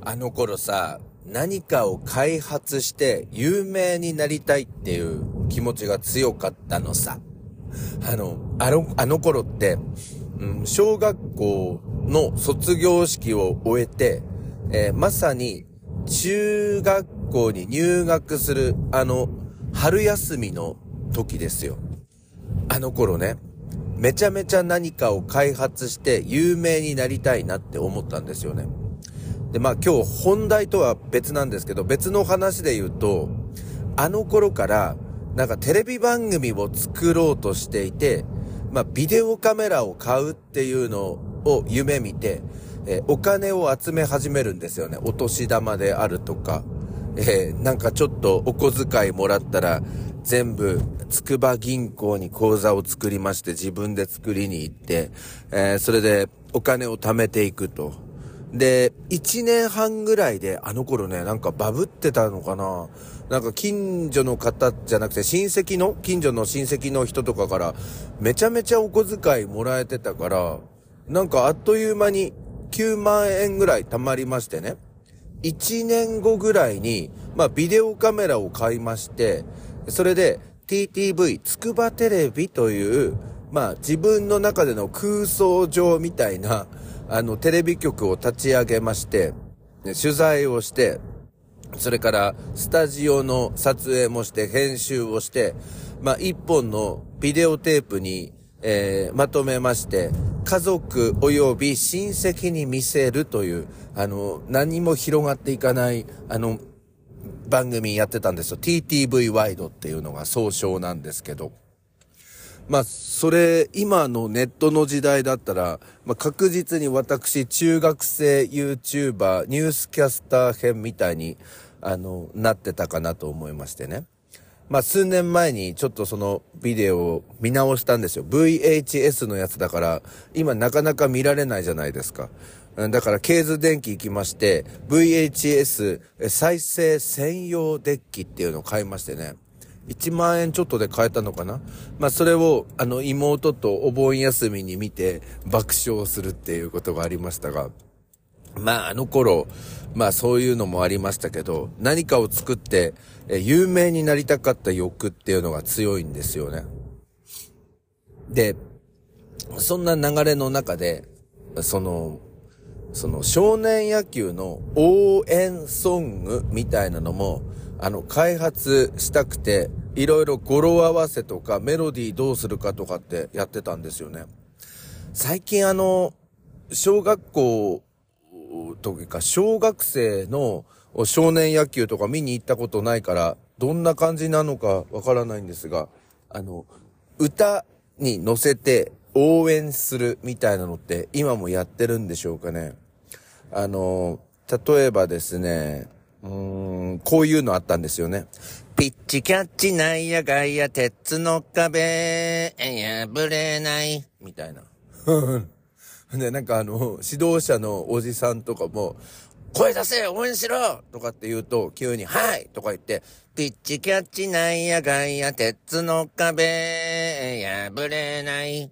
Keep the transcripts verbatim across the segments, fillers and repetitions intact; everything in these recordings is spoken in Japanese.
あの頃さ、何かを開発して有名になりたいっていう気持ちが強かったのさ。あの、あの、あの頃って、うん、小学校の卒業式を終えて、えー、まさに中学校に入学するあの春休みの時ですよ。あの頃ね、めちゃめちゃ何かを開発して有名になりたいなって思ったんですよね。で、まあ今日本題とは別なんですけど、別の話で言うと、あの頃からなんかテレビ番組を作ろうとしていて、まあビデオカメラを買うっていうのを夢見て、えー、お金を集め始めるんですよね。お年玉であるとか、えー、なんかちょっとお小遣いもらったら全部筑波銀行に口座を作りまして自分で作りに行って、えー、それでお金を貯めていくと。で、一年半ぐらいで、あの頃ね、なんかバブってたのかな？なんか近所の方じゃなくて親戚の、近所の親戚の人とかからめちゃめちゃお小遣いもらえてたから、なんかあっという間にきゅうまんえんぐらい貯まりましてね。いちねんごぐらいに、まあビデオカメラを買いまして、それで ティーティーブイ、筑波テレビという、まあ自分の中での空想上みたいな、あのテレビ局を立ち上げまして、取材をして、それからスタジオの撮影もして編集をして、まあ一本のビデオテープに、えー、まとめまして、家族及び親戚に見せるという、あの何も広がっていかないあの番組やってたんですよ。 ティーティーブイ ワイドっていうのが総称なんですけど、まあ、それ、今のネットの時代だったら、まあ、確実に私、中学生 YouTuber、ニュースキャスター編みたいに、あの、なってたかなと思いましてね。まあ、数年前にちょっとそのビデオを見直したんですよ。ブイエイチエス のやつだから、今なかなか見られないじゃないですか。だから、ケーズ電機行きまして、ブイエイチエス 再生専用デッキっていうのを買いましてね。いちまんえんちょっとで買えたのかな。まあそれをあの妹とお盆休みに見て爆笑するっていうことがありましたが、まああの頃、まあそういうのもありましたけど、何かを作ってえ有名になりたかった欲っていうのが強いんですよね。で、そんな流れの中で、その、その少年野球の応援ソングみたいなのも、あの、開発したくて、いろいろ語呂合わせとかメロディーどうするかとかってやってたんですよね。最近あの、小学校というか、小学生の少年野球とか見に行ったことないから、どんな感じなのかわからないんですが、あの、歌に乗せて応援するみたいなのって今もやってるんでしょうかね。あの、例えばですね、うーん、こういうのあったんですよね。ピッチキャッチなんやガイア鉄の壁破れないみたいな。で、なんかあの、指導者のおじさんとかも、声出せ応援しろとかって言うと、急に、はいとか言って、ピッチキャッチなんやガイア鉄の壁破れないって、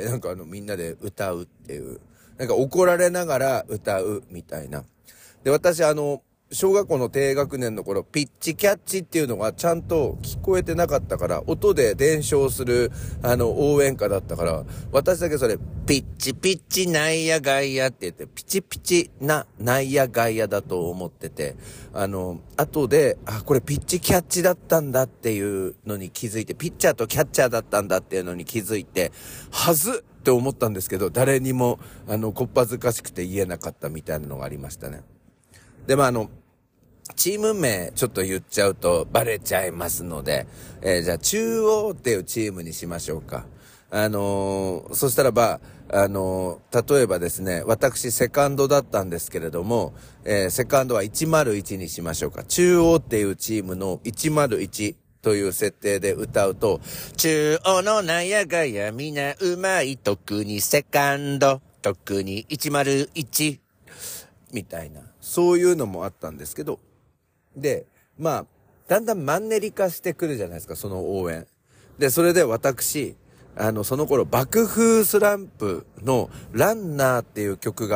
なんかあの、みんなで歌うっていう。なんか怒られながら歌うみたいな。で、私あの、小学校の低学年の頃、ピッチキャッチっていうのがちゃんと聞こえてなかったから、音で伝承する、あの、応援歌だったから、私だけそれ、ピッチピッチ内野外野って言って、ピチピチな内野外野だと思ってて、あの、後で、あ、これピッチキャッチだったんだっていうのに気づいて、ピッチャーとキャッチャーだったんだっていうのに気づいて、はずって思ったんですけど、誰にも、あの、こっぱずかしくて言えなかったみたいなのがありましたね。で、まあ、あの、チーム名ちょっと言っちゃうとバレちゃいますので、えー、じゃあ中央っていうチームにしましょうか。あのー、そしたらば、あのー、例えばですね、私セカンドだったんですけれども、えー、セカンドはいちまるいちにしましょうか。中央っていうチームのいちまるいちという設定で歌うと、中央の内野外野みなうまい、特にセカンド、特にいちまるいちみたいな、そういうのもあったんですけど、で、まあ、だんだんマンネリ化してくるじゃないですか、その応援。で、それで私、あの、その頃、爆風スランプのランナーっていう曲が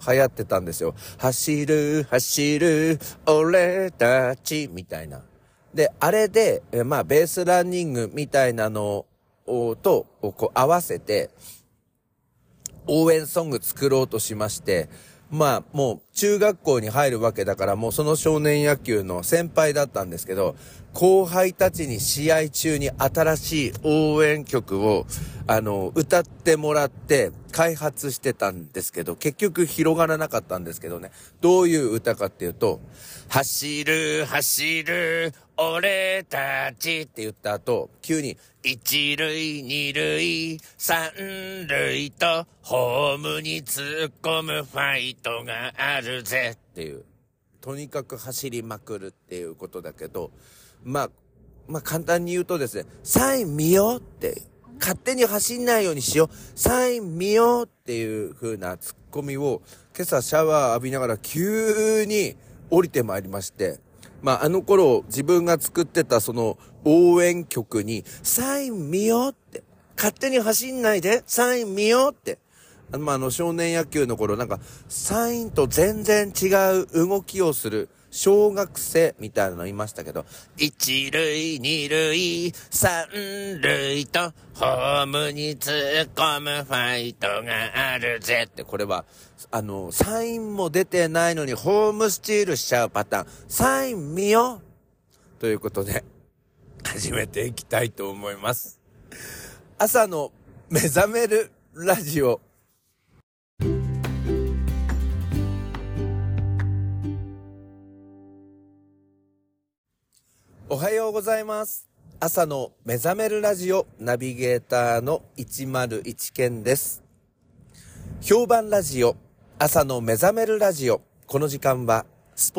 流行ってたんですよ。走る、走る、俺たち、みたいな。で、あれで、えまあ、ベースランニングみたいなのを、と、こう合わせて、応援ソング作ろうとしまして、まあもう中学校に入るわけだからもうその少年野球の先輩だったんですけど、後輩たちに試合中に新しい応援曲をあの歌ってもらって開発してたんですけど、結局広がらなかったんですけどね。どういう歌かっていうと、走る走る俺たちって言った後、急に一塁二塁三塁とホームに突っ込むファイトがあるぜっていう、とにかく走りまくるっていうことだけど、まあまあ簡単に言うとですね、サイン見ようって、勝手に走んないようにしよう、サイン見ようっていう風なツッコミを今朝シャワー浴びながら急に降りてまいりまして、まああの頃自分が作ってたその応援曲にサイン見ようって、勝手に走んないでサイン見ようって、あの、まあ、あの少年野球の頃なんかサインと全然違う動きをする小学生みたいなのいましたけど、一塁二塁三塁とホームに突っ込むファイトがあるぜって、これはあのサインも出てないのにホームスチールしちゃうパターン、サイン見ようということで始めていきたいと思います。朝の目覚めるラジオ。おはようございます。朝の目覚めるラジオナビゲーターのいちまるいち健です。評判ラジオ朝の目覚めるラジオ、この時間は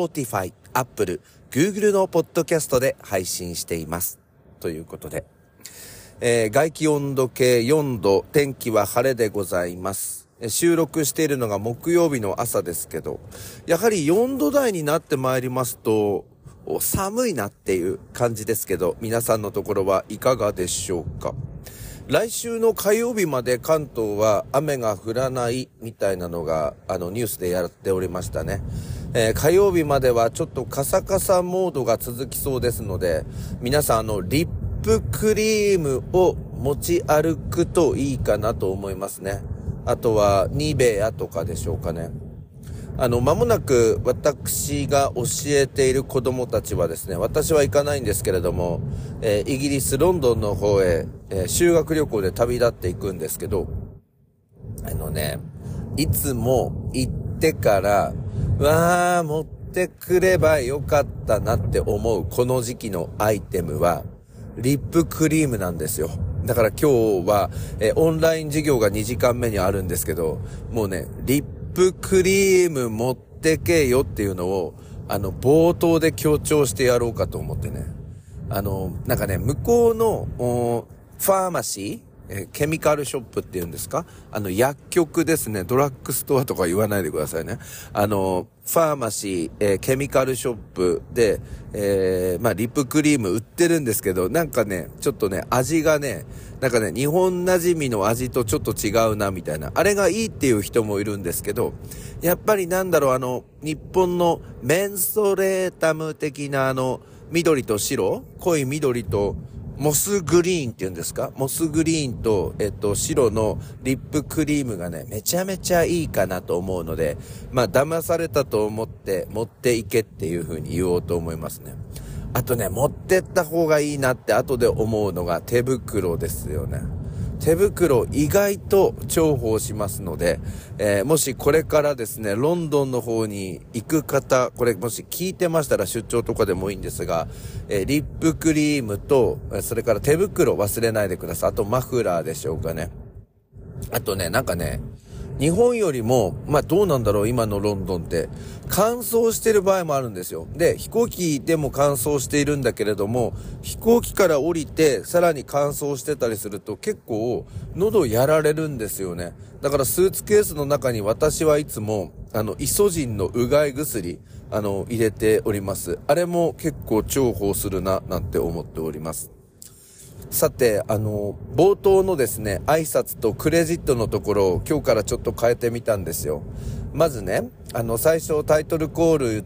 Spotify、Apple、Google のポッドキャストで配信していますということで、えー、外気温度計よんど、天気は晴れでございます。収録しているのが木曜日の朝ですけど、やはりよんど台になってまいりますと寒いなっていう感じですけど、皆さんのところはいかがでしょうか。来週の火曜日まで関東は雨が降らないみたいなのがあのニュースでやっておりましたね。えー、火曜日まではちょっとカサカサモードが続きそうですので、皆さんあのリップクリームを持ち歩くといいかなと思いますね。あとはニベアとかでしょうかね。あの、間もなく私が教えている子供たちはですね、私は行かないんですけれども、えー、イギリス、ロンドンの方へ、えー、修学旅行で旅立っていくんですけど、あのね、いつも行ってから、わー、持ってくればよかったなって思うこの時期のアイテムは、リップクリームなんですよ。だから今日は、えー、オンライン授業がにじかんめにあるんですけど、もうね、リップリップクリーム持ってけよっていうのをあの冒頭で強調してやろうかと思ってね、あのなんかね、向こうのファーマシー、えー、ケミカルショップっていうんですか、あの薬局ですね、ドラッグストアとか言わないでくださいね。あのファーマシー、えー、ケミカルショップで、えー、まあリップクリーム売ってるんですけど、なんかねちょっとね味がね、なんかね日本馴染みの味とちょっと違うなみたいな、あれがいいっていう人もいるんですけど、やっぱりなんだろう、あの日本のメンソレータム的なあの緑と白、濃い緑とモスグリーンっていうんですか、モスグリーンと、えっと、白のリップクリームがね、めちゃめちゃいいかなと思うので、まあ、騙されたと思って持っていけっていう風に言おうと思いますね。あとね、持ってった方がいいなって後で思うのが手袋ですよね。手袋意外と重宝しますので、えー、もしこれからですね、ロンドンの方に行く方、これもし聞いてましたら出張とかでもいいんですが、えー、リップクリームと、それから手袋忘れないでください。あとマフラーでしょうかね。あとね、なんかね、日本よりも、まあどうなんだろう、今のロンドンって乾燥してる場合もあるんですよ。で、飛行機でも乾燥しているんだけれども、飛行機から降りてさらに乾燥してたりすると結構喉やられるんですよね。だからスーツケースの中に私はいつもあのイソジンのうがい薬あの入れております。あれも結構重宝するななんて思っております。さて、あの冒頭のですね挨拶とクレジットのところを今日からちょっと変えてみたんですよ。 まずね、あの、最初タイトルコール言って、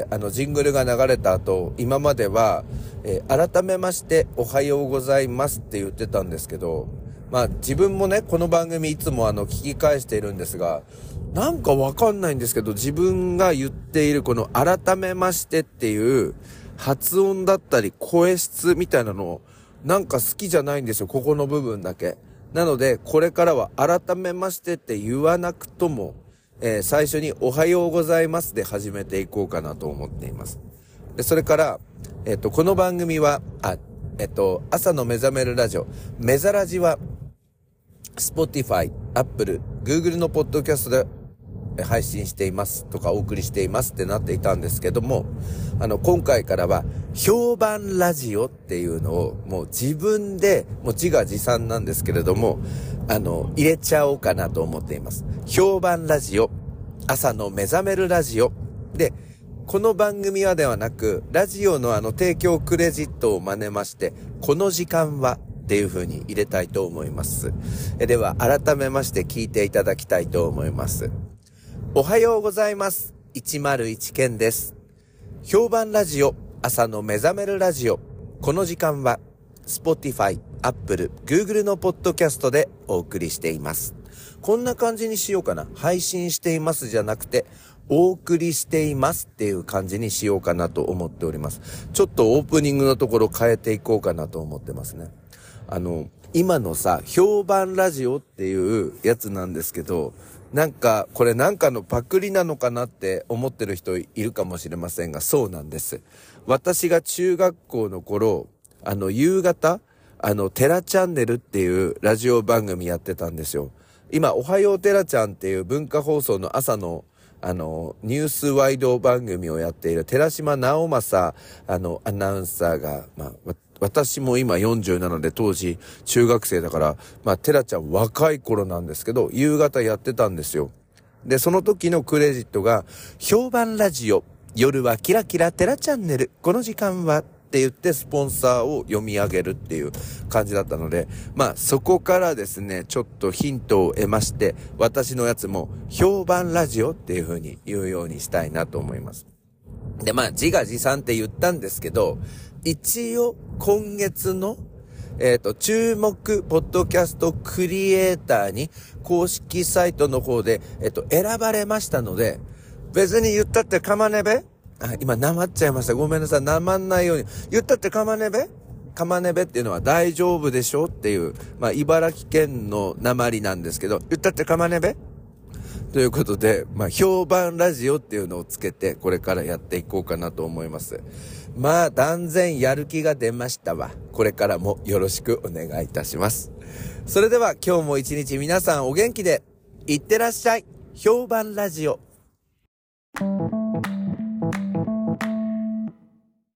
あの、ジングルが流れた後、今までは、えー、改めましておはようございますって言ってたんですけど、まあ、自分もね、この番組いつもあの、聞き返しているんですが、なんかわかんないんですけど、自分が言っているこの改めましてっていう発音だったり声質みたいなのなんか好きじゃないんですよ、ここの部分だけ。なので、これからは改めましてって言わなくとも、えー、最初におはようございますで始めていこうかなと思っています。で、それから、えっと、この番組は、あ、えっと、朝の目覚めるラジオ、目覚ラジは、Spotify、Apple、Google のポッドキャストで配信していますとかお送りしていますってなっていたんですけども、あの、今回からは、評判ラジオっていうのをもう自分で、もう自画自賛なんですけれども、あの、入れちゃおうかなと思っています。評判ラジオ、朝の目覚めるラジオ。で、この番組はではなく、ラジオのあの提供クレジットを真似まして、この時間はっていう風に入れたいと思います。えでは、改めまして聞いていただきたいと思います。おはようございます。いちまるいちけんです。評判ラジオ、朝の目覚めるラジオ。この時間は、Spotify、Apple、Google のポッドキャストでお送りしています。こんな感じにしようかな。配信していますじゃなくて、お送りしていますっていう感じにしようかなと思っております。ちょっとオープニングのところ変えていこうかなと思ってますね。あの、今のさ、評判ラジオっていうやつなんですけど、なんか、これなんかのパクリなのかなって思ってる人いるかもしれませんが、そうなんです。私が中学校の頃、あの、夕方、あの、テラチャンネルっていうラジオ番組やってたんですよ。今、おはようテラちゃんっていう文化放送の朝の、あの、ニュースワイド番組をやっている寺島直政、あの、アナウンサーが、まあ、私も今よんじゅうなので当時中学生だから、まあ、テラちゃん若い頃なんですけど、夕方やってたんですよ。で、その時のクレジットが、評判ラジオ、夜はキラキラテラチャンネル、この時間は、って言ってスポンサーを読み上げるっていう感じだったので、まあそこからですね、ちょっとヒントを得まして、私のやつも評判ラジオっていう風に言うようにしたいなと思います。で、まあ自画自賛って言ったんですけど、一応今月のえっと、注目ポッドキャストクリエイターに公式サイトの方で、えっと、選ばれましたので、別に言ったってかまねべあ、今、なまっちゃいました。ごめんなさい。なまんないように。言ったってかまねべかまねべっていうのは大丈夫でしょっていう、まあ、茨城県のなまりなんですけど、言ったってかまねべということで、まあ、評判ラジオっていうのをつけて、これからやっていこうかなと思います。まあ、断然やる気が出ましたわ。これからもよろしくお願いいたします。それでは、今日も一日皆さんお元気で、いってらっしゃい。評判ラジオ。